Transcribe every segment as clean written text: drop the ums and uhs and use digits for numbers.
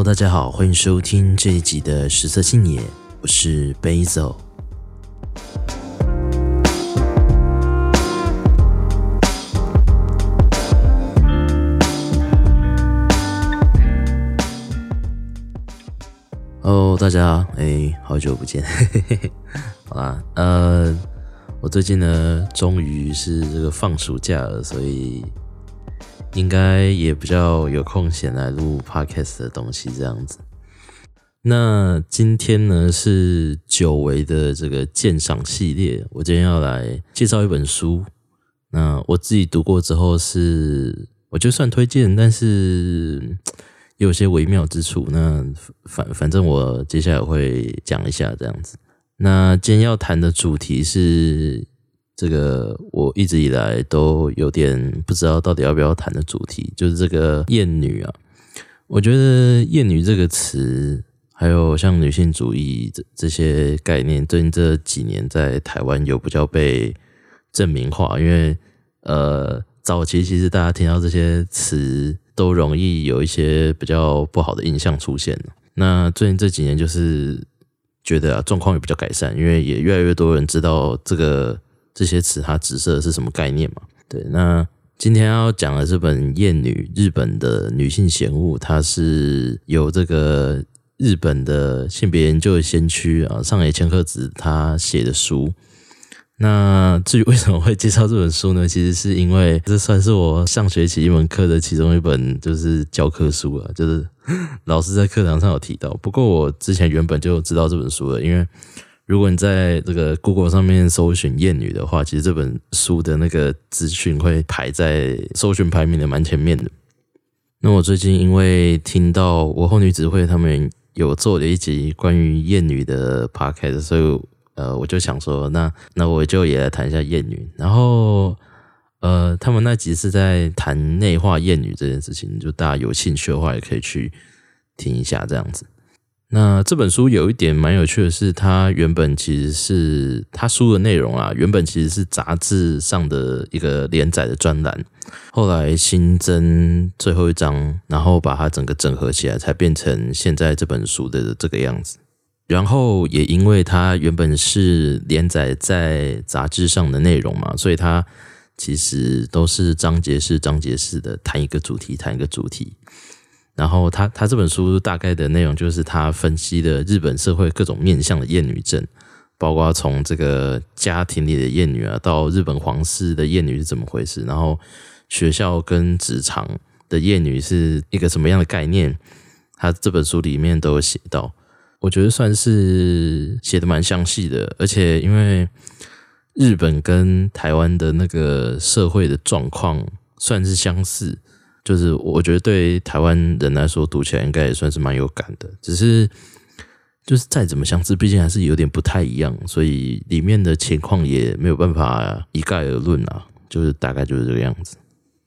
大家好，欢迎收听这一集的食色性也，我是 Basil。大家好久不见。好啦，我最近呢终于是这个放暑假了，所以应该也比较有空闲来录 podcast 的东西这样子。那今天呢是久违的这个鉴赏系列，我今天要来介绍一本书。那我自己读过之后是我觉得算推荐，但是也有些微妙之处。那反正我接下来会讲一下这样子。那今天要谈的主题是这个我一直以来都有点不知道到底要不要谈的主题，就是这个厌女啊。我觉得厌女这个词还有像女性主义这些概念，最近这几年在台湾有比较被正名化，因为早期其实大家听到这些词都容易有一些比较不好的印象出现。那最近这几年就是觉得状况也比较改善，因为也越来越多人知道这些词它指涉的是什么概念嘛。对，那今天要讲的这本《厌女》，日本的女性嫌恶，它是由这个日本的性别研究的先驱上野千鹤子他写的书。那至于为什么会介绍这本书呢？其实是因为这算是我上学期一门课的其中一本就是教科书了，就是老师在课堂上有提到。不过我之前原本就知道这本书了，因为如果你在这个 Google 上面搜寻厌女的话，其实这本书的那个资讯会排在搜寻排名的蛮前面的。那我最近因为听到我后女子会他们有做了一集关于厌女的 podcast， 所以我就想说那我就也来谈一下厌女。然后他们那集是在谈内化厌女这件事情，就大家有兴趣的话也可以去听一下这样子。那这本书有一点蛮有趣的是，它原本其实是它书的内容原本其实是杂志上的一个连载的专栏，后来新增最后一章，然后把它整个整合起来，才变成现在这本书的这个样子。然后也因为它原本是连载在杂志上的内容嘛，所以它其实都是章节式的谈一个主题。然后他这本书大概的内容就是他分析了日本社会各种面向的厌女症，包括从这个家庭里的厌女到日本皇室的厌女是怎么回事，然后学校跟职场的厌女是一个什么样的概念，他这本书里面都有写到。我觉得算是写得蛮详细的，而且因为日本跟台湾的那个社会的状况算是相似，就是我觉得对台湾人来说读起来应该也算是蛮有感的，只是就是再怎么相似，毕竟还是有点不太一样，所以里面的情况也没有办法一概而论就是大概就是这个样子。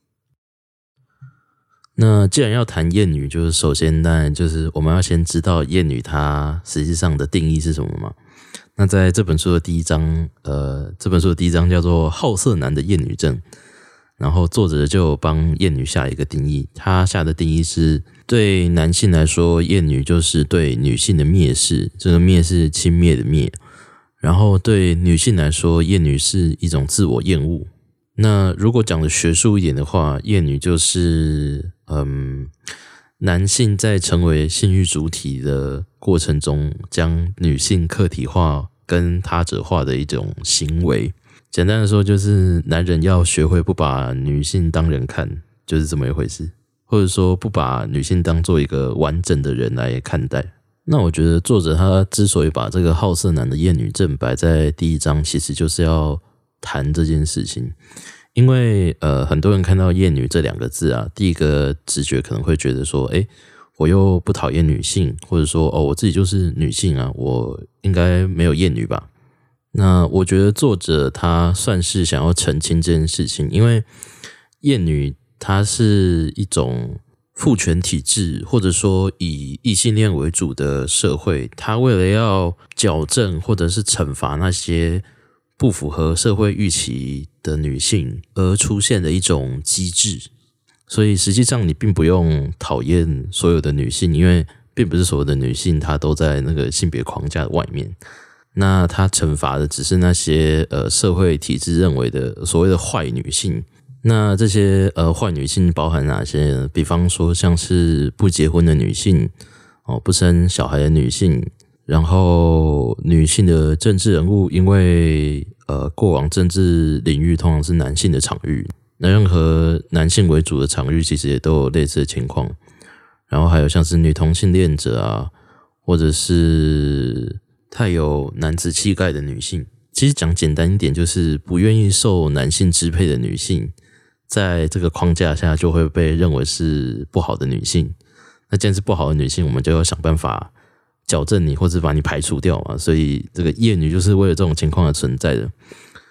那既然要谈厌女，就是首先当然就是我们要先知道厌女它实际上的定义是什么嘛。那在这本书的第一章叫做好色男的厌女症，然后作者就帮厌女下一个定义，他下的定义是对男性来说，厌女就是对女性的蔑视，这个蔑是轻蔑的蔑，然后对女性来说，厌女是一种自我厌恶。那如果讲的学术一点的话，厌女就是男性在成为性欲主体的过程中，将女性客体化跟他者化的一种行为。简单的说，就是男人要学会不把女性当人看，就是这么一回事，或者说不把女性当做一个完整的人来看待。那我觉得作者他之所以把这个好色男的厌女症摆在第一章，其实就是要谈这件事情。因为很多人看到厌女这两个字第一个直觉可能会觉得说我又不讨厌女性，或者说我自己就是女性我应该没有厌女吧。那我觉得作者他算是想要澄清这件事情，因为厌女它是一种父权体制，或者说以异性恋为主的社会，它为了要矫正或者是惩罚那些不符合社会预期的女性而出现的一种机制。所以实际上你并不用讨厌所有的女性，因为并不是所有的女性她都在那个性别框架的外面。那她惩罚的只是那些社会体制认为的所谓的坏女性。那这些坏女性包含哪些呢？比方说像是不结婚的女性，不生小孩的女性，然后女性的政治人物，因为过往政治领域通常是男性的场域，那任何男性为主的场域其实也都有类似的情况。然后还有像是女同性恋者啊，或者是太有男子气概的女性。其实讲简单一点，就是不愿意受男性支配的女性，在这个框架下就会被认为是不好的女性。那既然是不好的女性，我们就要想办法矫正你，或者把你排除掉嘛。所以这个厌女就是为了这种情况而存在的。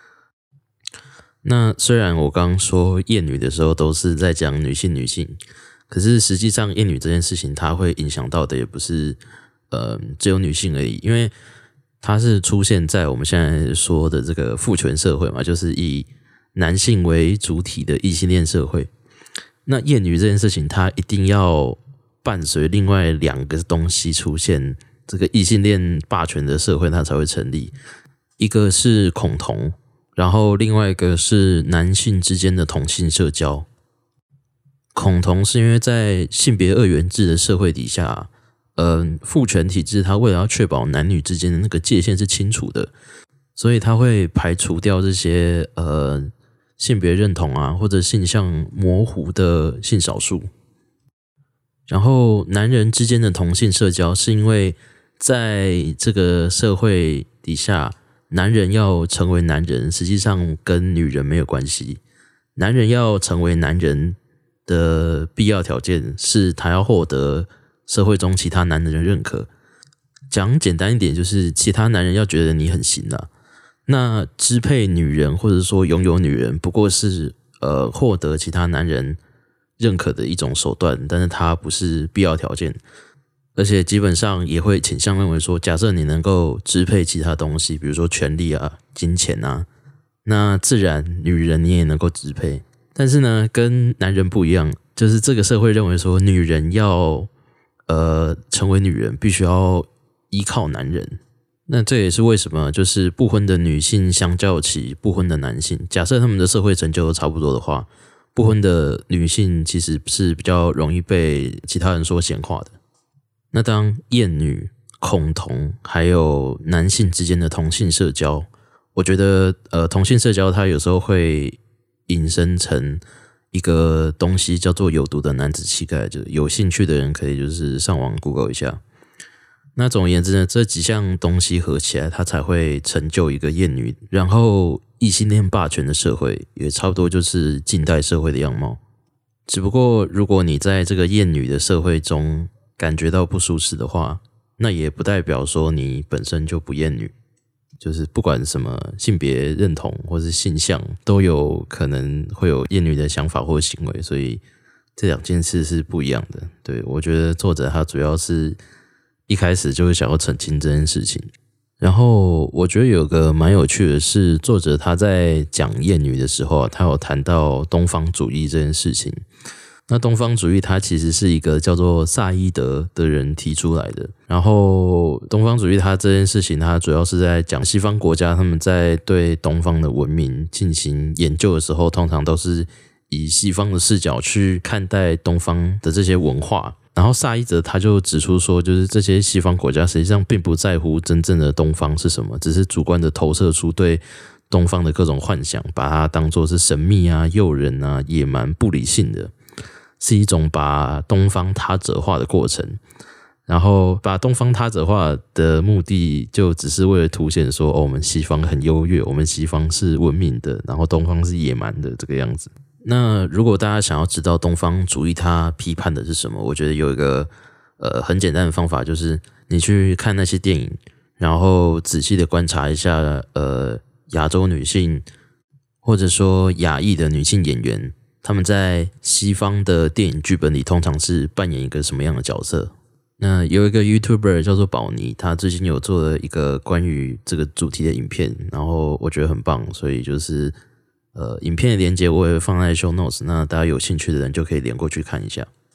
那虽然我刚刚说厌女的时候都是在讲女性，可是实际上厌女这件事情它会影响到的也不是只有女性而已，因为它是出现在我们现在说的这个父权社会嘛，就是以男性为主体的异性恋社会。那厌女这件事情它一定要伴随另外2个东西出现，这个异性恋霸权的社会它才会成立。一个是恐同，然后另外一个是男性之间的同性社交。恐同是因为在性别二元制的社会底下，父权体制它为了要确保男女之间的那个界限是清楚的，所以它会排除掉这些性别认同啊或者性向模糊的性少数。然后男人之间的同性社交是因为在这个社会底下，男人要成为男人实际上跟女人没有关系。男人要成为男人的必要条件是他要获得社会中其他男人的认可。讲简单一点，就是其他男人要觉得你很行啦。那支配女人或者说拥有女人不过是获得其他男人认可的一种手段，但是它不是必要条件。而且基本上也会倾向认为说，假设你能够支配其他东西，比如说权力啊、金钱啊，那自然女人你也能够支配。但是呢，跟男人不一样，就是这个社会认为说，女人要成为女人必须要依靠男人。那这也是为什么就是不婚的女性相较起不婚的男性，假设他们的社会成就都差不多的话，不婚的女性其实是比较容易被其他人说闲话的。那当厌女、恐同还有男性之间的同性社交，我觉得同性社交它有时候会引申成一个东西叫做有毒的男子气概，就有兴趣的人可以就是上网 Google 一下。那总而言之呢，这几项东西合起来，它才会成就一个厌女，然后异性恋霸权的社会，也差不多就是近代社会的样貌。只不过，如果你在这个厌女的社会中感觉到不舒适的话，那也不代表说你本身就不厌女。就是不管什么性别认同或是性向，都有可能会有厌女的想法或行为，所以这2件事是不一样的。对，我觉得作者他主要是一开始就会想要澄清这件事情。然后我觉得有个蛮有趣的是，作者他在讲厌女的时候，他有谈到东方主义这件事情。那东方主义它其实是一个叫做萨伊德的人提出来的。然后东方主义它这件事情，它主要是在讲西方国家他们在对东方的文明进行研究的时候，通常都是以西方的视角去看待东方的这些文化。然后萨伊德他就指出说，就是这些西方国家实际上并不在乎真正的东方是什么，只是主观的投射出对东方的各种幻想，把它当作是神秘啊、诱人啊、野蛮、不理性的，是一种把东方他者化的过程。然后把东方他者化的目的就只是为了凸显说，我们西方很优越，我们西方是文明的，然后东方是野蛮的这个样子。那如果大家想要知道东方主义它批判的是什么，我觉得有一个很简单的方法，就是你去看那些电影，然后仔细的观察一下亚洲女性或者说亚裔的女性演员，他们在西方的电影剧本里通常是扮演一个什么样的角色。那有一个 YouTuber 叫做宝妮，他最近有做了一个关于这个主题的影片，然后我觉得很棒，所以就是影片的连结我也会放在 show notes， 那大家有兴趣的人就可以连过去看一下。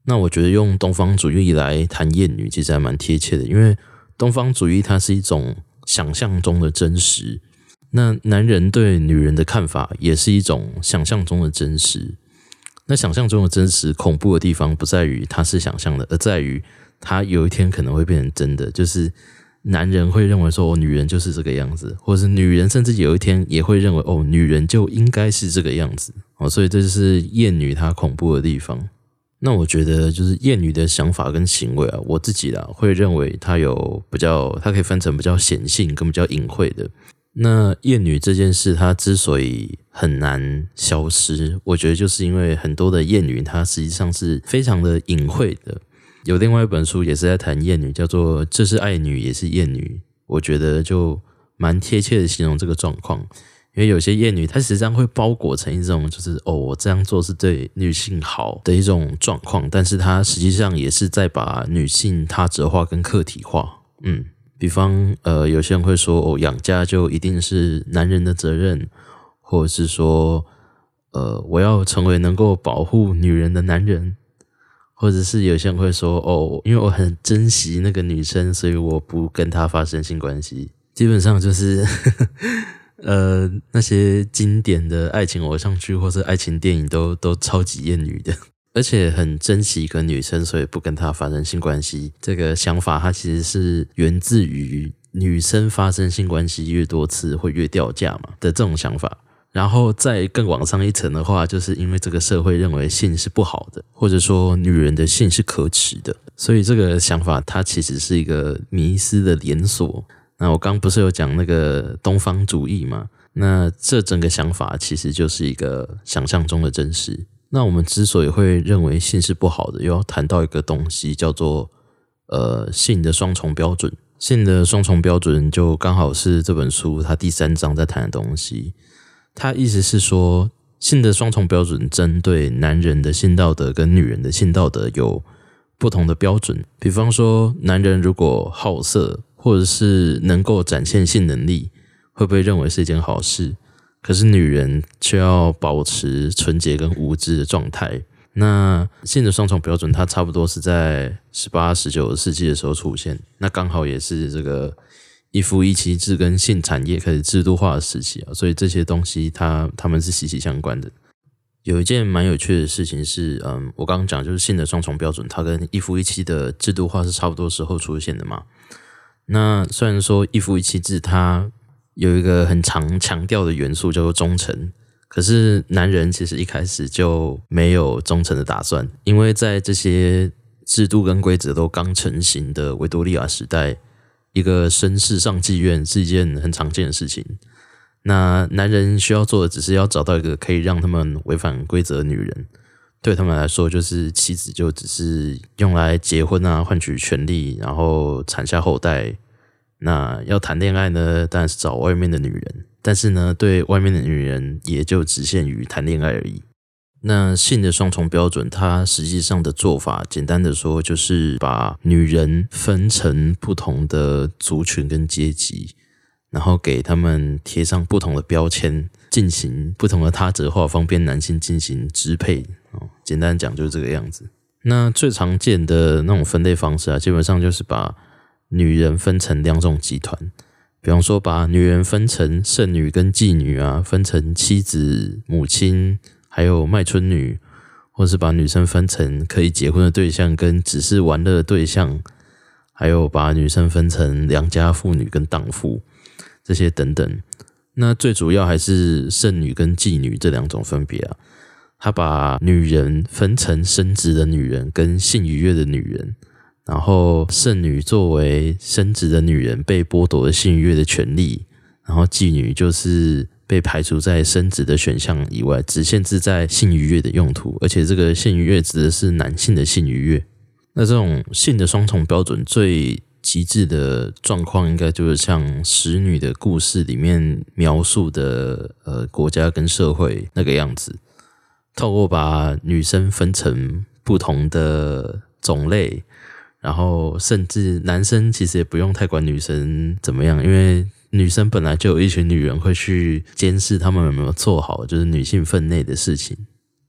那我觉得用东方主义来谈厌女其实还蛮贴切的，因为东方主义它是一种想象中的真实，那男人对女人的看法也是一种想象中的真实。那想象中的真实恐怖的地方不在于它是想象的，而在于它有一天可能会变成真的，就是男人会认为说女人就是这个样子，或者是女人甚至有一天也会认为女人就应该是这个样子所以这就是厌女它恐怖的地方。那我觉得就是厌女的想法跟行为我自己会认为它可以分成比较显性跟比较隐晦的。那厌女这件事它之所以很难消失，我觉得就是因为很多的厌女它实际上是非常的隐晦的。有另外一本书也是在谈厌女，叫做《这是爱女也是厌女》，我觉得就蛮贴切的形容这个状况。因为有些厌女她实际上会包裹成一种就是我这样做是对女性好的一种状况，但是她实际上也是在把女性他者化跟客体化。比方有些人会说养家就一定是男人的责任，或者是说我要成为能够保护女人的男人，或者是有些人会说因为我很珍惜那个女生，所以我不跟她发生性关系。基本上就是那些经典的爱情偶像剧或是爱情电影都超级厌女的，而且很珍惜一个女生，所以不跟她发生性关系。这个想法它其实是源自于女生发生性关系越多次会越掉价嘛的这种想法。然后再更往上一层的话，就是因为这个社会认为性是不好的，或者说女人的性是可耻的，所以这个想法它其实是一个迷思的连锁。那我刚不是有讲那个东方主义嘛？那这整个想法其实就是一个想象中的真实。那我们之所以会认为性是不好的，又要谈到一个东西叫做性的双重标准。性的双重标准就刚好是这本书它第3章在谈的东西。它意思是说，性的双重标准针对男人的性道德跟女人的性道德有不同的标准。比方说，男人如果好色或者是能够展现性能力，会不会认为是一件好事？可是女人却要保持纯洁跟无知的状态。那性的双重标准它差不多是在18、19世纪的时候出现，那刚好也是这个一夫一妻制跟性产业开始制度化的时期所以这些东西它们是息息相关的。有一件蛮有趣的事情是我刚刚讲就是性的双重标准它跟一夫一妻的制度化是差不多时候出现的嘛。那虽然说一夫一妻制它有一个很常强调的元素叫做忠诚，可是男人其实一开始就没有忠诚的打算，因为在这些制度跟规则都刚成型的维多利亚时代，一个绅士上妓院是一件很常见的事情。那男人需要做的只是要找到一个可以让他们违反规则的女人，对他们来说就是妻子就只是用来结婚换取权利，然后产下后代。那要谈恋爱呢，当然是找外面的女人，但是呢，对外面的女人也就只限于谈恋爱而已。那性的双重标准，它实际上的做法，简单的说，就是把女人分成不同的族群跟阶级，然后给他们贴上不同的标签，进行不同的他者化，方便男性进行支配。简单讲就是这个样子。那最常见的那种分类方式基本上就是把女人分成2种集团，比方说把女人分成剩女跟妓女分成妻子、母亲还有卖春女，或是把女生分成可以结婚的对象跟只是玩乐的对象，还有把女生分成良家妇女跟荡妇，这些等等。那最主要还是剩女跟妓女这2种分别他把女人分成生殖的女人跟性愉悦的女人，然后剩女作为生殖的女人被剥夺了性愉悦的权利，然后妓女就是被排除在生殖的选项以外，只限制在性愉悦的用途，而且这个性愉悦指的是男性的性愉悦。那这种性的双重标准最极致的状况，应该就是像《使女》的故事里面描述的国家跟社会那个样子，透过把女生分成不同的种类，然后甚至男生其实也不用太管女生怎么样，因为女生本来就有一群女人会去监视他们有没有做好就是女性分内的事情。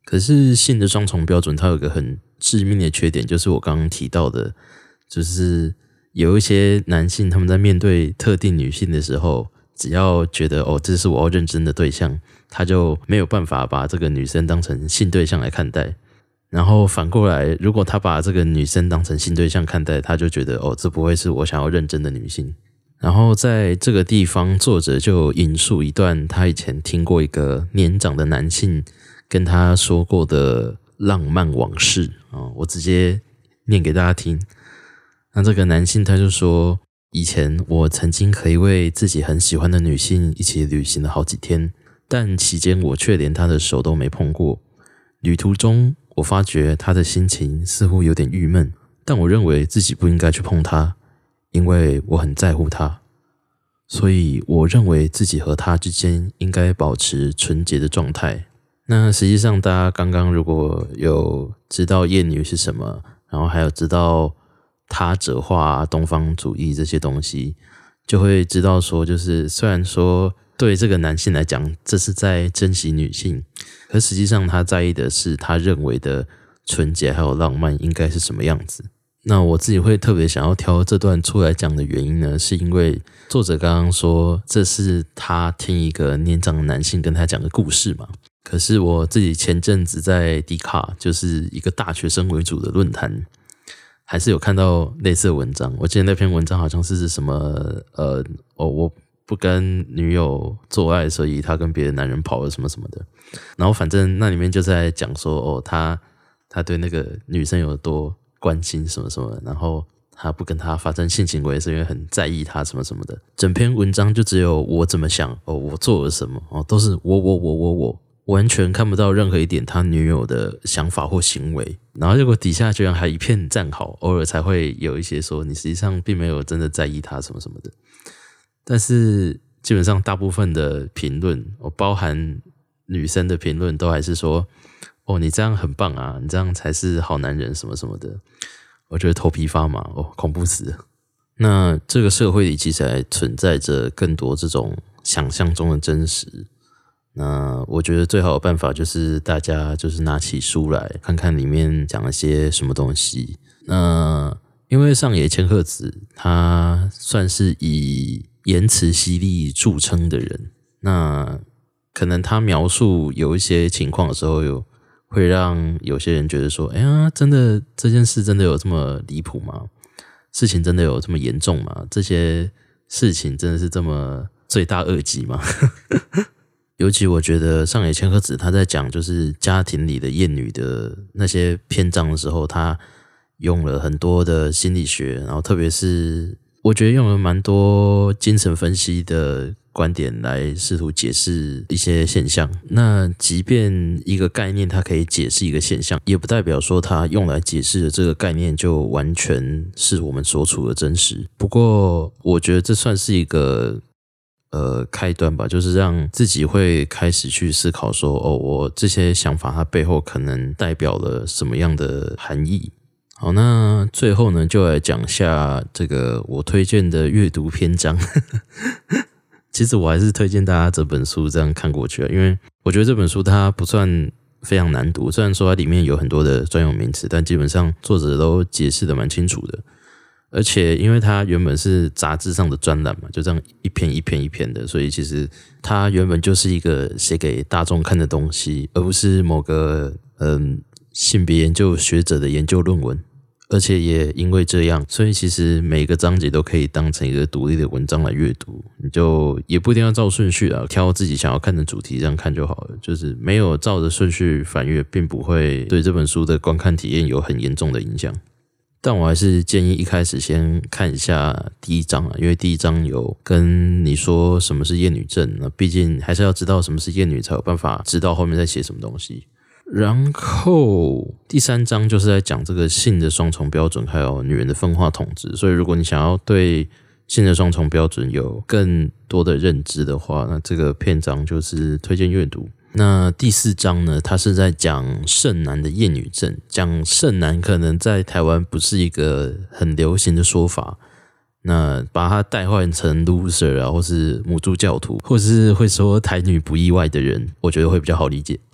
可是性的双重标准它有一个很致命的缺点，就是我刚刚提到的，就是有一些男性他们在面对特定女性的时候，只要觉得这是我要认真的对象，他就没有办法把这个女生当成性对象来看待。然后反过来，如果他把这个女生当成性对象看待，他就觉得这不会是我想要认真的女性。然后在这个地方，作者就引述一段他以前听过一个年长的男性跟他说过的浪漫往事我直接念给大家听。那这个男性他就说，以前我曾经和一位自己很喜欢的女性一起旅行了好几天，但期间我却连她的手都没碰过。旅途中我发觉她的心情似乎有点郁闷，但我认为自己不应该去碰她，因为我很在乎她，所以我认为自己和她之间应该保持纯洁的状态。那实际上大家刚刚如果有知道厌女是什么，然后还有知道他者化东方主义这些东西，就会知道说，就是虽然说对这个男性来讲这是在珍惜女性，可实际上他在意的是他认为的纯洁还有浪漫应该是什么样子。那我自己会特别想要挑这段出来讲的原因呢，是因为作者刚刚说这是他听一个年长的男性跟他讲的故事嘛。可是我自己前阵子在 Dcard 就是一个大学生为主的论坛，还是有看到类似的文章。我记得那篇文章好像是什么我不跟女友做爱，所以他跟别的男人跑了什么什么的。然后反正那里面就在讲说他对那个女生有多关心什么什么，然后他不跟她发生性行为是因为很在意她什么什么的。整篇文章就只有我怎么想我做了什么都是我，完全看不到任何一点他女友的想法或行为。然后结果底下居然还一片赞好，偶尔才会有一些说你实际上并没有真的在意他什么什么的。但是基本上大部分的评论包含女生的评论都还是说你这样很棒啊，你这样才是好男人什么什么的。我觉得头皮发麻恐怖死了。那这个社会里其实还存在着更多这种想象中的真实。那我觉得最好的办法就是大家就是拿起书来看看里面讲了些什么东西。那因为上野千鹤子他算是以言辞犀利著称的人，那可能他描述有一些情况的时候会让有些人觉得说真的这件事真的有这么离谱吗？事情真的有这么严重吗？这些事情真的是这么罪大恶极吗？尤其我觉得上野千鹤子他在讲就是家庭里的厌女的那些篇章的时候，他用了很多的心理学，然后特别是我觉得用了蛮多精神分析的观点来试图解释一些现象。那即便一个概念它可以解释一个现象，也不代表说它用来解释的这个概念就完全是我们所处的真实。不过我觉得这算是一个开端吧，就是让自己会开始去思考说我这些想法它背后可能代表了什么样的含义。好，那最后呢就来讲下这个我推荐的阅读篇章。其实我还是推荐大家这本书这样看过去因为我觉得这本书它不算非常难读，虽然说它里面有很多的专有名词，但基本上作者都解释得蛮清楚的。而且因为它原本是杂志上的专栏嘛，就这样一篇一篇一篇的，所以其实它原本就是一个写给大众看的东西，而不是某个性别研究学者的研究论文。而且也因为这样，所以其实每个章节都可以当成一个独立的文章来阅读，你就也不一定要照顺序啦，挑自己想要看的主题这样看就好了。就是没有照着顺序翻阅，并不会对这本书的观看体验有很严重的影响。但我还是建议一开始先看一下第一章因为第一章有跟你说什么是厌女症，那毕竟还是要知道什么是厌女才有办法知道后面在写什么东西。然后第三章就是在讲这个性的双重标准还有女人的分化统治，所以如果你想要对性的双重标准有更多的认知的话，那这个篇章就是推荐阅读。那第四章呢，它是在讲剩男的厌女症。讲剩男可能在台湾不是一个很流行的说法，那把它代换成 loser 啊，或是母猪教徒，或是会说台女不意外的人，我觉得会比较好理解。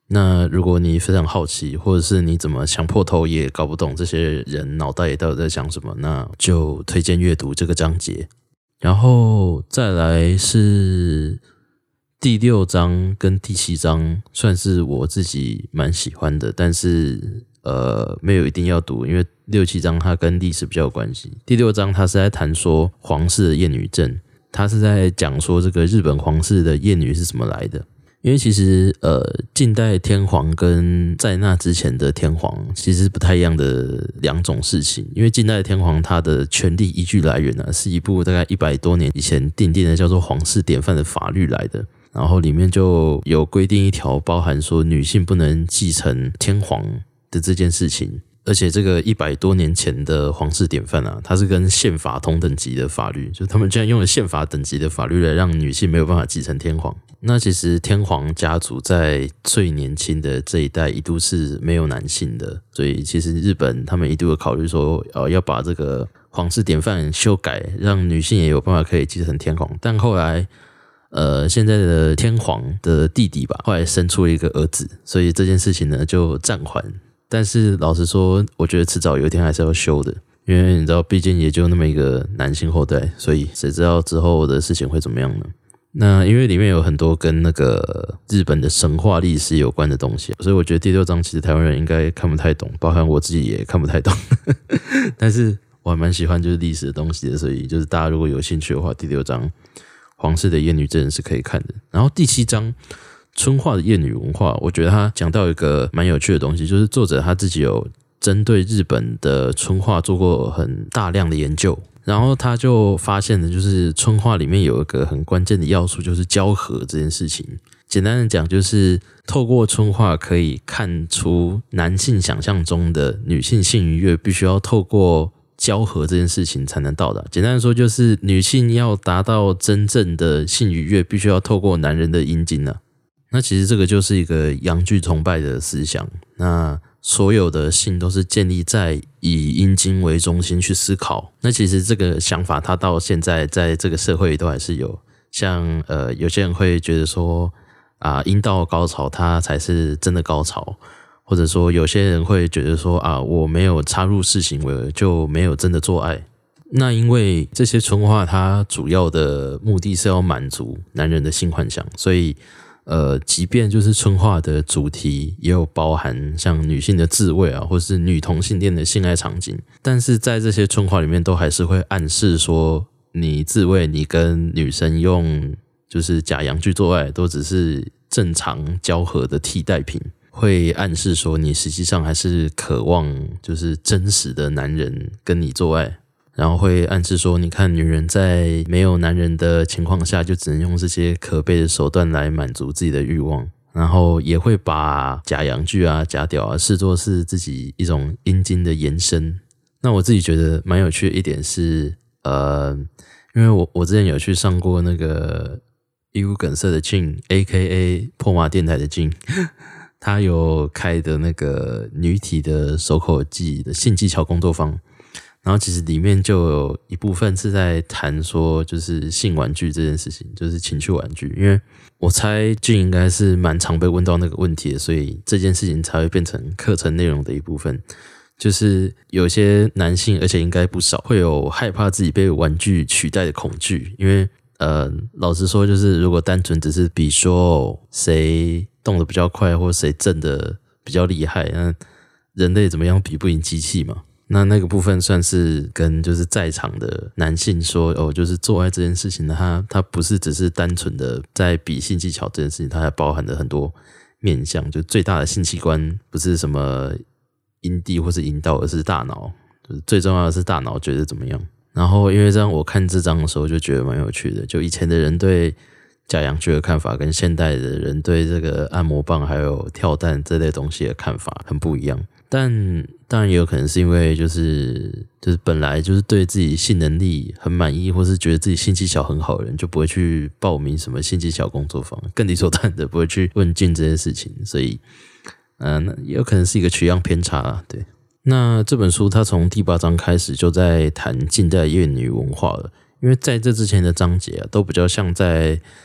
那如果你非常好奇，或者是你怎么想破头也搞不懂这些人脑袋到底在想什么，那就推荐阅读这个章节。然后再来是第6章跟第7章，算是我自己蛮喜欢的，但是没有一定要读，因为6、7章它跟历史比较有关系。第6章它是在谈说皇室的厌女症，它是在讲说这个日本皇室的厌女是怎么来的。因为其实近代天皇跟在那之前的天皇其实不太一样的两种事情。因为近代天皇他的权力依据来源呢，是一部大概100多年以前订定的叫做皇室典范的法律来的，然后里面就有规定一条，包含说女性不能继承天皇的这件事情。而且这个100多年前的皇室典范啊，它是跟宪法同等级的法律，就是他们居然用了宪法等级的法律来让女性没有办法继承天皇。那其实天皇家族在最年轻的这一代一度是没有男性的，所以其实日本他们一度有考虑说要把这个皇室典范修改，让女性也有办法可以继承天皇。但后来现在的天皇的弟弟吧，后来生出了一个儿子，所以这件事情呢就暂缓。但是老实说，我觉得迟早有一天还是要修的，因为你知道毕竟也就那么一个男性后代，所以谁知道之后的事情会怎么样呢？那因为里面有很多跟那个日本的神话历史有关的东西，所以我觉得第6章其实台湾人应该看不太懂，包含我自己也看不太懂但是我还蛮喜欢就是历史的东西的，所以就是大家如果有兴趣的话，第6章皇室的厌女症是可以看的。然后第7章春画的厌女文化，我觉得他讲到一个蛮有趣的东西，就是作者他自己有针对日本的春画做过很大量的研究，然后他就发现的就是春画里面有一个很关键的要素，就是交合这件事情。简单的讲，就是透过春画可以看出男性想象中的女性性愉悦必须要透过交合这件事情才能到达。简单的说，就是女性要达到真正的性愉悦，必须要透过男人的阴茎啊。那其实这个就是一个阳具崇拜的思想，那所有的性都是建立在以阴茎为中心去思考。那其实这个想法它到现在在这个社会里都还是有，像有些人会觉得说阴道高潮它才是真的高潮，或者说有些人会觉得说我没有插入式行为就没有真的做爱。那因为这些春画它主要的目的是要满足男人的性幻想，所以即便就是春画的主题也有包含像女性的自慰或是女同性恋的性爱场景，但是在这些春画里面都还是会暗示说，你自慰你跟女生用就是假阳具做爱都只是正常交合的替代品，会暗示说你实际上还是渴望就是真实的男人跟你做爱，然后会暗示说，你看女人在没有男人的情况下，就只能用这些可悲的手段来满足自己的欲望，然后也会把假阳具假屌视作是自己一种阴茎的延伸。那我自己觉得蛮有趣的一点是，因为我之前有去上过那个义务梗塞的 Jin AKA 破麻电台的 Jin 他有开的那个女体的手口技的性技巧工作坊，然后其实里面就有一部分是在谈说就是性玩具这件事情，就是情趣玩具。因为我猜Jin应该是蛮常被问到那个问题的，所以这件事情才会变成课程内容的一部分。就是有些男性，而且应该不少，会有害怕自己被玩具取代的恐惧。因为老实说，就是如果单纯只是比说谁动得比较快，或谁震得比较厉害，那人类怎么样比不赢机器嘛？那个部分算是跟就是在场的男性说就是做爱这件事情呢，它不是只是单纯的在比性技巧这件事情，它还包含了很多面向。就最大的性器官不是什么阴蒂或是阴道，而是大脑，就是最重要的是大脑觉得怎么样。然后因为这样我看这章的时候就觉得蛮有趣的，就以前的人对假阳具的看法跟现代的人对这个按摩棒还有跳蛋这类东西的看法很不一样。但当然也有可能是因为就是本来就是对自己性能力很满意，或是觉得自己性技巧很好的人，就不会去报名什么性技巧工作坊，更理所当然的不会去问Jin这些事情，所以那也有可能是一个取样偏差啦。对，那这本书它从第8章开始就在谈近代厌女文化了，因为在这之前的章节都比较像在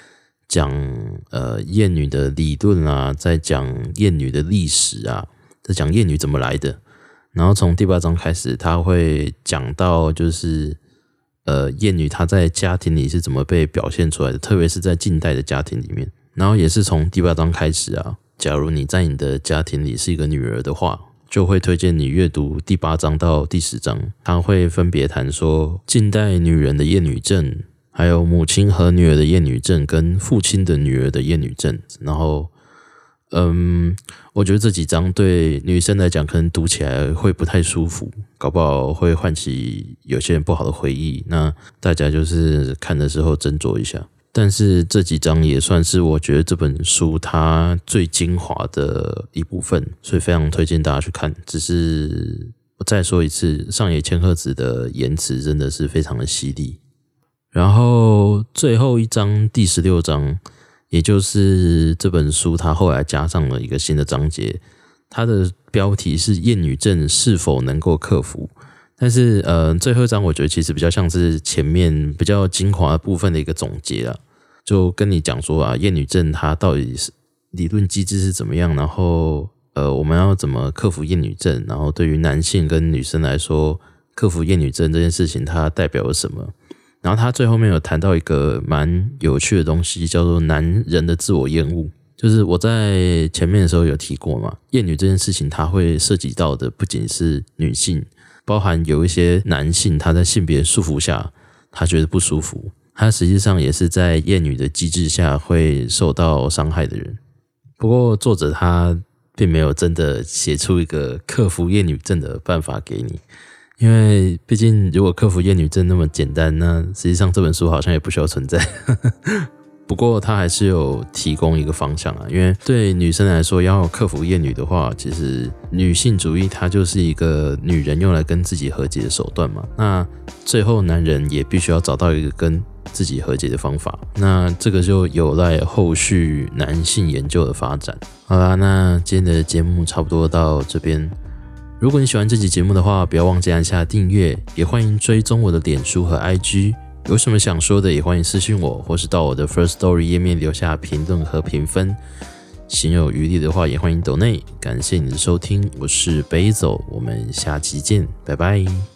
讲厌女的理论啊，在讲厌女的历史啊，在讲厌女怎么来的。然后从第8章开始，他会讲到就是厌女她在家庭里是怎么被表现出来的，特别是在近代的家庭里面。然后也是从第8章开始啊，假如你在你的家庭里是一个女儿的话，就会推荐你阅读第8章到第10章，他会分别谈说近代女人的厌女症，还有母亲和女儿的厌女症，跟父亲的女儿的厌女症。然后我觉得这几章对女生来讲可能读起来会不太舒服，搞不好会唤起有些人不好的回忆，那大家就是看的时候斟酌一下。但是这几章也算是我觉得这本书它最精华的一部分，所以非常推荐大家去看。只是我再说一次，上野千鹤子的言辞真的是非常的犀利。然后最后一章第16章，也就是这本书它后来加上了一个新的章节，它的标题是厌女症是否能够克服。但是最后一章我觉得其实比较像是前面比较精华的部分的一个总结啊，就跟你讲说啊，厌女症它到底是理论机制是怎么样，然后我们要怎么克服厌女症，然后对于男性跟女生来说，克服厌女症这件事情它代表了什么。然后他最后面有谈到一个蛮有趣的东西，叫做男人的自我厌恶。就是我在前面的时候有提过嘛，厌女这件事情它会涉及到的不仅是女性，包含有一些男性他在性别束缚下他觉得不舒服，他实际上也是在厌女的机制下会受到伤害的人。不过作者他并没有真的写出一个克服厌女症的办法给你，因为毕竟如果克服厌女症那么简单，那实际上这本书好像也不需要存在不过他还是有提供一个方向啊，因为对女生来说要克服厌女的话，其实女性主义它就是一个女人用来跟自己和解的手段嘛，那最后男人也必须要找到一个跟自己和解的方法，那这个就有赖后续男性研究的发展。好啦，那今天的节目差不多到这边，如果你喜欢这集节目的话，不要忘记按下订阅，也欢迎追踪我的脸书和 IG， 有什么想说的也欢迎私讯我，或是到我的 First Story 页面留下评论和评分，行有余力的话也欢迎抖内。感谢你的收听，我是北走，我们下期见，拜拜。